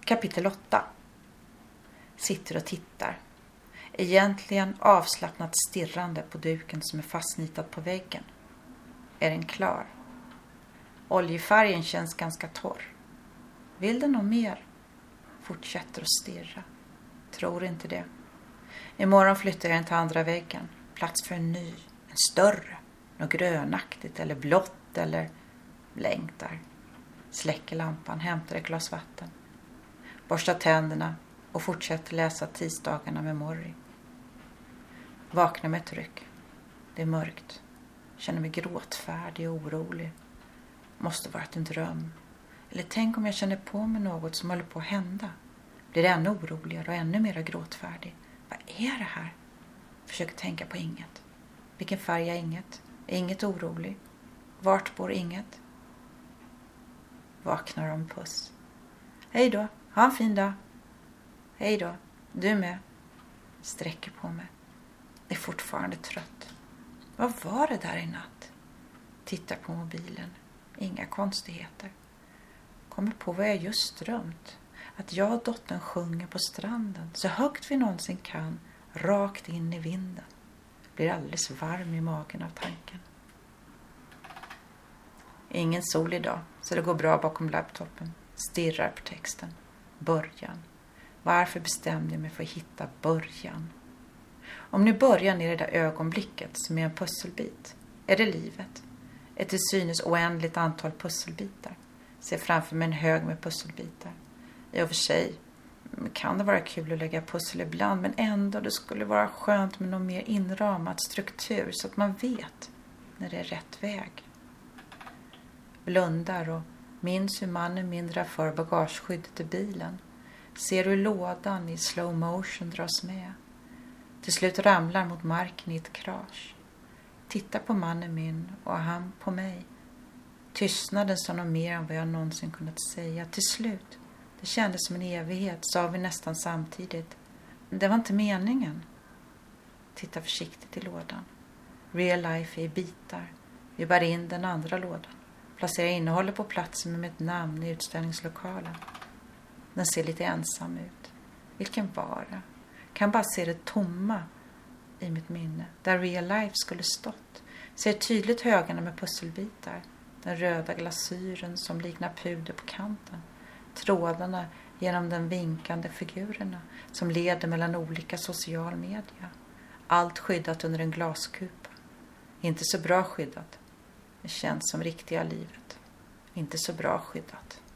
Kapitel 8. Sitter och tittar. Egentligen avslappnat stirrande på duken som är fastnitad på väggen. Är den klar? Oljefärgen känns ganska torr. Vill den nog mer? Fortsätter att stirra. Tror inte det. Imorgon flyttar jag den till andra väggen. Plats för en ny. En större. Något grönaktigt eller blått eller längtar. Släcker lampan, hämtar ett glas vatten. Borstar tänderna och fortsätter läsa tisdagarna med Morrie. Vaknar med ett ryck. Det är mörkt. Känner mig gråtfärdig och orolig. Måste varit en dröm. Eller tänk om jag känner på mig något som håller på att hända. Blir ännu oroligare och ännu mer gråtfärdig. Vad är det här? Försöker tänka på inget. Vilken färg är inget? Är inget orolig? Vart bor inget? Vaknar om puss. Hej då, ha en fin dag. Hej då, du med. Sträcker på mig. Är fortfarande trött. Vad var det där i natt? Tittar på mobilen. Inga konstigheter. Kommer på vad jag just drömt. Att jag och dottern sjunger på stranden. Så högt vi någonsin kan. Rakt in i vinden. Blir alldeles varm i magen av tanken. Ingen sol idag. Så det går bra bakom laptopen. Stirrar på texten. Början. Varför bestämde jag mig för att hitta början? Om nu början är det där ögonblicket som är en pusselbit. Är det livet? Ett till synes oändligt antal pusselbitar. Ser framför mig en hög med pusselbitar. I och för sig kan det vara kul att lägga pussel ibland. Men ändå det skulle vara skönt med någon mer inramad struktur. Så att man vet när det är rätt väg. Blundar och minns hur mannen min drar för bagageskyddet i bilen. Ser hur lådan i slow motion dras med. Till slut ramlar mot marken i ett krasch. Tittar på mannen min och han på mig. Tystnaden sa nog mer än vad jag någonsin kunnat säga. Till slut, det kändes som en evighet, sa vi nästan samtidigt. Det var inte meningen. Tittar försiktigt i lådan. Real life är i bitar. Vi bär in den andra lådan. Placerar innehållet på platsen med mitt namn i utställningslokalen. Den ser lite ensam ut. Vilken vara. Kan bara se det tomma i mitt minne. Där real life skulle stått. Ser tydligt högarna med pusselbitar. Den röda glasyren som liknar puder på kanten. Trådarna genom den vinkande figurerna som leder mellan olika social media. Allt skyddat under en glaskupa. Inte så bra skyddat. Det känns som riktiga livet. Inte så bra skyddat.